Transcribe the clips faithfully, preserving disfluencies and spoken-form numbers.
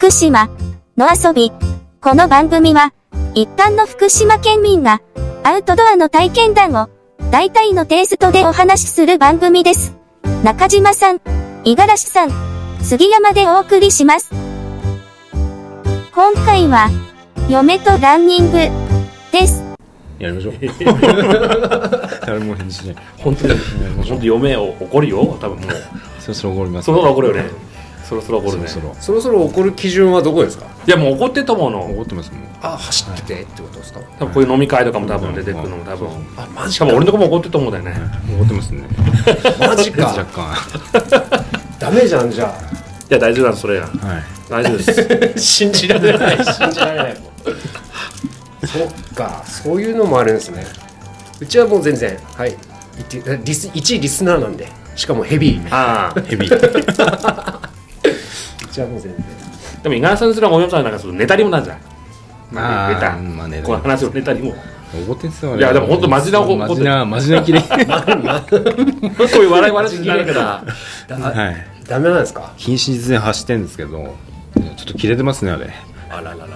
福島の遊び。この番組は、一般の福島県民が、アウトドアの体験談を、大体のテイストでお話しする番組です。中島さん、五十嵐さん、杉山でお送りします。今回は、嫁とランニング、です。 やりましょう。誰も返事しない。 本当に、本当嫁を怒るよ、多分もう。 そろそろ怒ります。 そろそろ怒るよね。そろそろ怒るね。 そろそろそろ怒る基準はどこですか？ いやもう怒ってたもの。 怒ってますもん。 あ、走っててってことですか？ 多分こういう飲み会とかも多分出てくるのも多分。 あ、マジしかも俺のとこも怒ってると思うんだよね。 怒ってますね。 マジか。 若干。 ダメじゃんじゃあ。 いや大丈夫なんですそれが。 はい。 大丈夫です。 信じられない。信じられない。そっか、そういうのもあるんですね。うちはもう全然、はい、リスいちいリスナーなんで、しかもヘビー。 ああヘビー。 うちはもう全然。 でも五十嵐さんにすらお嫁さんなんかするネタにもなんじゃん。まあネタ。 まあネタ。 この話のネタにも。 怒ってんすよ。 いやでも本当マジな怒って。 マジなマジなキレ。こういう笑い話になるから。 はい。 ダメなんですか？ 瀕死に走ってんですけど、ちょっと切れてますねあれ。 あらららら。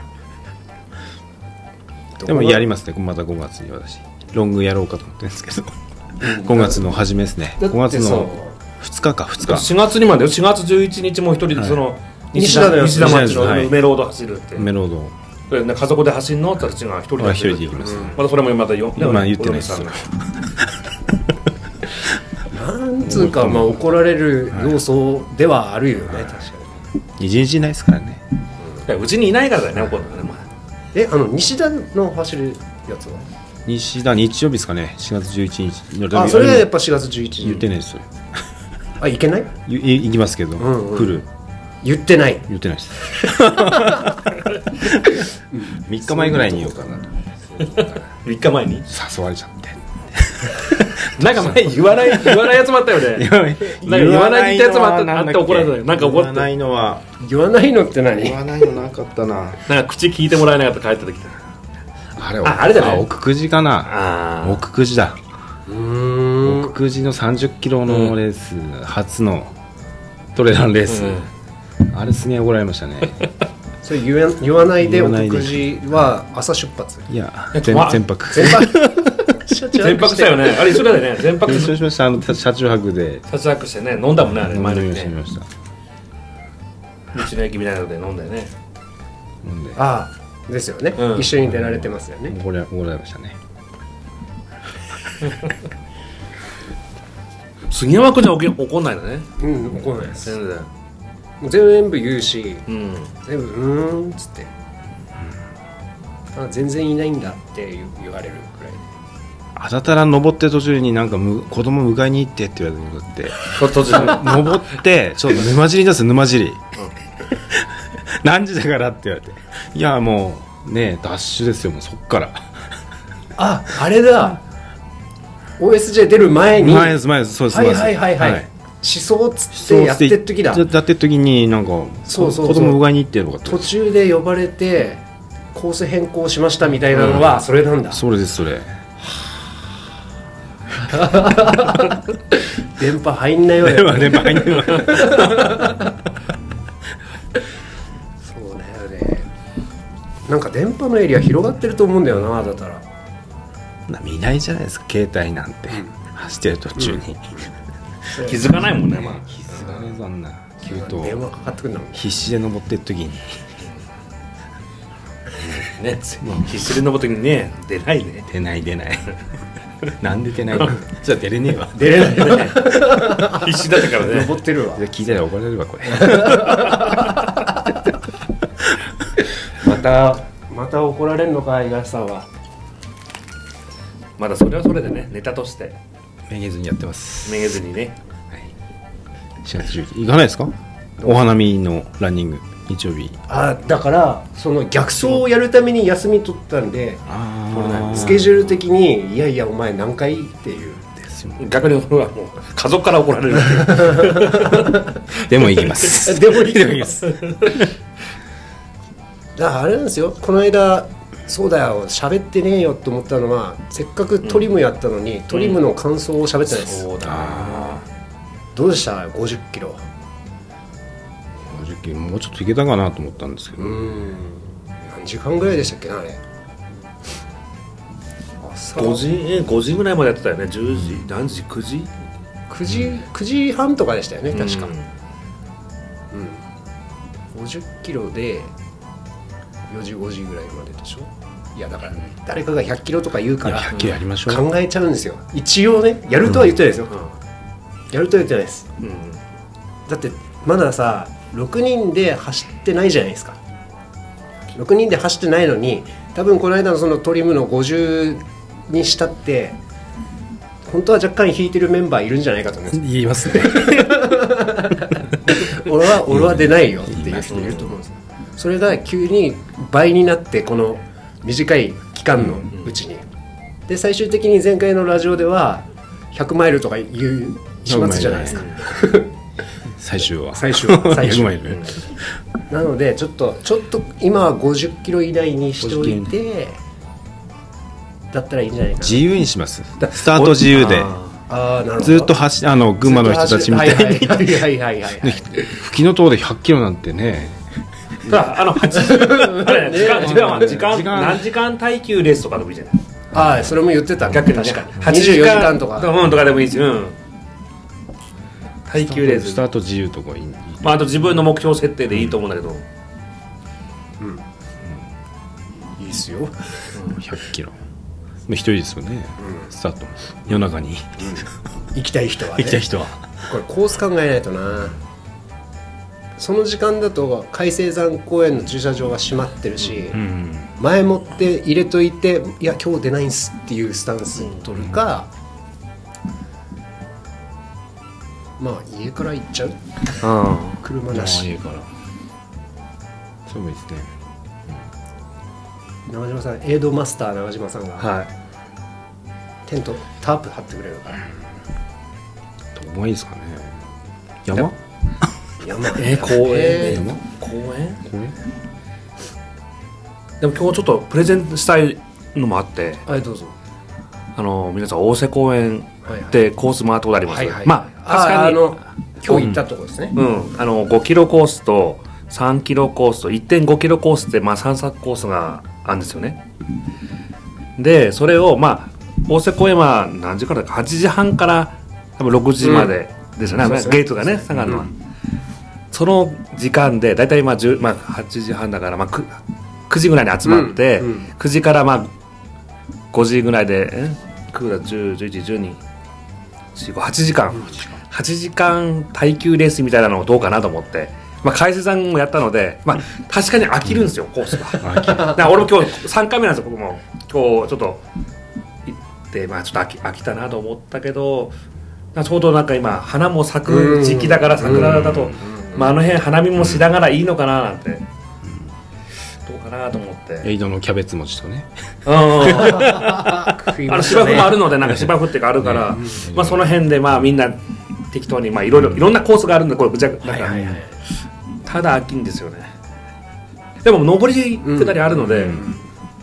でもやりますね、またごがつに私ロングやろうかと思ってるんですけど、ごがつの初めですね。ごがつのふつかかふつかしがつにまでよ。しがつじゅういちにちも一人でその西田西田町の梅ロード走るって。 梅ロード家族で走るのって私が一人で走る。 一人で行きます。 またそれもまたよ。 まあ言ってないです。 なんつうかまあ怒られる要素ではあるよね、確かに。一日いないですからね。 うちにいないからだよね、怒るのね。 え、あの西田の走るやつは西田日曜日ですかね、しがつじゅういちにち。 あ、それはやっぱしがつじゅういちにち言ってないです。 あ、いけない？ 行きますけど、来る言ってない言ってないです。みっかまえぐらいに言おうかなと。 みっかまえに誘われちゃって。 なんか前言わない言わないやつもあったよね。言わないってやつもあって怒られたよ。なんか怒って。 言わないのは言わないのって何？ 言わないのなかったな。 なんか口聞いてもらえなかった帰ってきた。 あれああれだね。 奥久慈かな。奥久慈だ。奥久慈のさんじゅっキロのレース、初のトレランレース。あれすげえ怒られましたね。 それ言わ言わないで奥久慈は朝出発。 いや全全泊。 全泊。 全泊したよね。あれ一緒だよね。全泊一緒しました。あの車中泊で車中泊してね、飲んだもんね、あれ前の日ね。 飲みました。 道の駅みたいなので飲んだよね。 飲んで。 ああ、ですよね。一緒に出られてますよね。 怒ら怒られましたね。 杉山君じゃ怒んないのね。 うん、怒んないです。 全然。 もう全部言うし、 うん、 全部うーんっつって、うん、あ全然いないんだって言われるくらい。 あだたら登って途中になんかむ子供迎えに行ってって言われてって途中登ってちょっと沼尻です沼尻、うん、何時だからって言われていやもうねダッシュですよもうそっからああれだ オーエスジェー 出る前に前です前ですそうですはいはいはいはい、はい、思想っつってやってる時だやってる時になんかそうそうそう子供迎えに行ってるのか途中で呼ばれてコース変更しましたみたいなのはそれなんだ、うん、 それですそれ電波入んないよね電波入んないよそうだよねなんか電波のエリア広がってると思うんだよなだったら見ないじゃないですか携帯なんて、うん、走ってる途中に、うん、 気づかないもんね、まあ、 気づかないそんな急騰電話かかってくるんだもん必死で登ってる時にね必死で登る時にね出ないね出ない出ないなんで出ないのじゃあ出れねえわ出れないね必死だったからね登ってるわ聞いたら怒られるわこれまたまた怒られるのか東さんはまだそれはそれでねネタとしてめげずにやってますめげずにね、 はい、しがつじゅういちにち行かないですかお花見のランニング日曜日あだからその逆走をやるために休み取ったんでスケジュール的にいやいやお前何回っていうですよ逆に俺はもう家族から怒られるでも行きますでも行きますだからあれなんですよこの間そうだよ喋ってねえよと思ったのはせっかくトリムやったのに、うん、トリムの感想を喋ってないです、うん、そうだなどうでしたごじゅっキロごじゅっもうちょっといけたかなと思ったんですけど、 うん、何時間ぐらいでしたっけあれ。朝ごじえごじぐらいまでやってたよね。じゅうじ何時くじくじくじはんとかでしたよね確か、 うんうん、ごじゅっキロでよじごじぐらいまででしょ。いやだから誰かがひゃっキロとか言うからひゃっキロやりましょう。 考えちゃうんですよ。一応ねやるとは言ってないですよ、 うんやるとは言ってないです。 うんだってまださろくにんで走ってないじゃないですか。ろくにんで走ってないのに多分この間のそのトリムのごじゅうにしたって本当は若干引いてるメンバーいるんじゃないかと思うんですよ。 言いますね。 俺は俺は出ないよっていう人いると思うんですよ。それが急に倍になってこの短い期間のうちに、で最終的に前回のラジオではひゃくマイルとか言う始末じゃないですか。 最終は最終最終ひゃくマイルなのでちょっとちょっと今はごじゅっキロ以内にしておいてだったらいいんじゃないかな。 自由にします。スタート自由であーなるほど。 ずっと走あの群馬の人たちみたいにはいはいはいはいはいはい吹きの塔でひゃっキロなんてね。 ただあのはちじあれ、ね、時間時間は時間時間何時間耐久レースとかでもいいじゃない。 ああそれも言ってた。 逆にね確かににじゅうよじかんとかうんとかでもいいし、うん、耐久レーススタート自由とかいい。 まあ、あと自分の目標設定でいいと思うんだけど、 うんうん、いいっすよ、 うん、ひゃっキロ一人ですよね、うん、スタート夜中に、 うん、行きたい人はね行きたい人はこれコース考えないとな。その時間だと海星山公園の駐車場は閉まってるし、うん、前もって入れといていや今日出ないんすっていうスタンス取るか、うん、まあ家から行っちゃう、うん、車なし、 家からそうもいいですね、 うん、長島さんエイドマスター長島さんが、はい、テントタープ張ってくれるからどこがいいですかね。山山えー、公園、えー、山公園公園でも今日ちょっとプレゼンしたいのもあって、 はいどうぞ。 あの皆さん大瀬公園でコース回ったことあります、はいはい、まあ確かにあの今日行ったところですね、 うんうん、あのごキロコースとさんキロコースと いってんごキロコースってまあ散策コースがあるんですよね。でそれをまあ大瀬公園は何時からかはちじはんから多分ろくじまでですよね、うん、ゲートがね下がるのは、うん、その時間でだいたいまあまあはちじはんだからまあ 9, くじぐらいに集まって、うんうん、くじからまあごじぐらいでくだじゅう、じゅういち、じゅうに、じゅうご、はちじかんはちじかん耐久レースみたいなのどうかなと思って、まあ、海瀬さんもやったので、まあ、確かに飽きるんですよ、うん、コースがだから俺も今日さんかいめなんですよ。僕も今日ちょっと行って、まあ、ちょっと飽き、飽きたなと思ったけどちょうどなんか今花も咲く時期だから桜だと、まあ、あの辺花見もしながらいいのかななんてどうかなと思ってエイドのキャベツ餅とねあの芝生もあるのでなんか芝生っていうかあるから、ねまあ、その辺でまあみんな適当にまあいろいろいろんなコースがあるんでこれぐちゃぐちゃ、はいはいはい、ただ飽きんですよね。でも上り下りあるので、うん、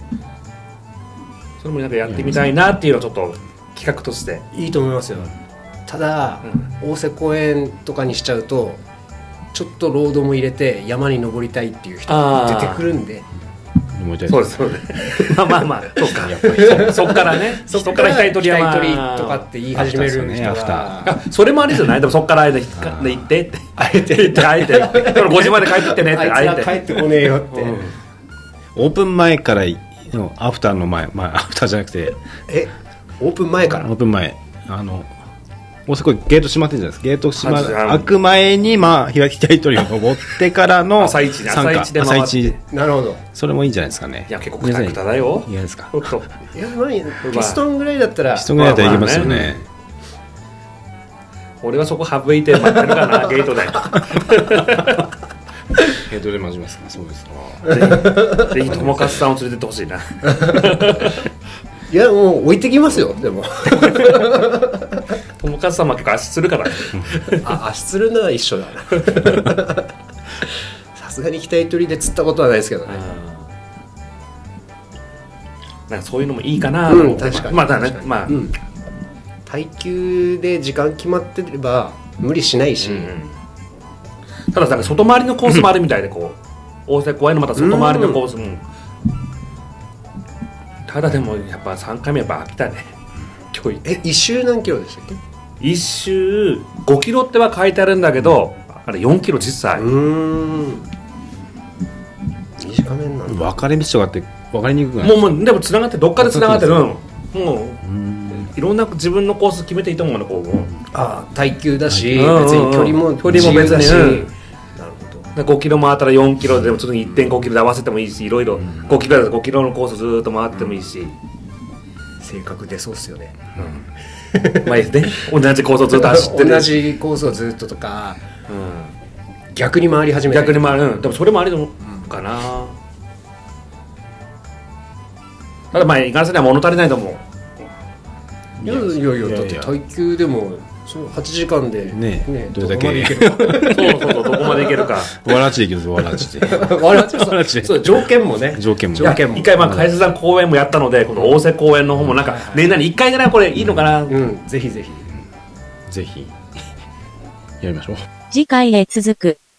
それもなんかやってみたいなっていうのはちょっと企画としていいと思いますよ。ただ、うん、大瀬公園とかにしちゃうとちょっとロードも入れて山に登りたいっていう人が出てくるんでそうですそうですまあまあまあそうかやっぱりそっからねそっから額取り山とかって言い始める人があそれもありですよね。でもそっから間で行ってってあえてあえてごじまで帰ってってねってあいつら帰ってこねえよって、うん、 オープン前からのアフターの前、まあ、アフターじゃなくてえオープン前からオープン前あの大阪ゲート閉まってるじゃないですか。ゲート閉ま開く前にまあ開きたい鳥を登ってからの朝一ね朝一で回ってなるほどそれもいいんじゃないですかね。 いや結構くたくただよ。 嫌ですか。 いやまあピストンぐらいだったらピストンぐらいだったらいけますよね、まあまあね俺はそこ省いて待ってるかなゲートでゲートで待ちますか。そうですか。 ぜひ友勝さんを連れてってほしいな。 いやもう置いてきますよ。でも友勝さんも結構足つるからねあ足つるのは一緒だなさすがに額取りで釣ったことはないですけどね。 なんかそういうのもいいかなと思って、 うん、確かにまあだねまあ、うん、 耐久で時間決まってれば無理しないし、うんうん、 ただなんか外回りのコースもあるみたいでこう大瀬公園のまた外回りのコースも、うん、ただでもやっぱさんかいめやっぱ飽きたね今日え一周何キロでしたっけ？ 一周ごキロっては書いてあるんだけどあれよんキロ実際。 うーん短めなんだ。 分かれ道とかって分かりにくくない？ もうもうでもつながってどっかでつながってる。もううんいろんな自分のコース決めていいと思うのこう、うん、 ああ耐久だし、 うん別に距離も距離も別に、 自由だし、 うんなるほど。 ごキロ回ったらよんキロでもちょっと いってんごキロで合わせてもいいしいろいろごキロだとごキロのコースずーっと回ってもいいし、 性格出そうっすよね。 うん、まあいいですね同じコースをずっと走ってる同じコースをずっととか、 うん、 逆に回り始めたり逆に回る、うん、でもそれもありのかな、ただまあいかんせんには物足りないと思う。 いやいやいや、だって耐久でもそうはちじかんでねえどれだけどこまでいけるかそうそうそうどこまでいけるかわらちでいけるぞわらちでわらちそうそう条件もね条件も条件も一回まあ海津山公園もやったのでこの大瀬公園の方もなんか年内にいっかいぐらいこれいいのかな、 うんぜひぜひぜひやりましょう。 次回へ続く。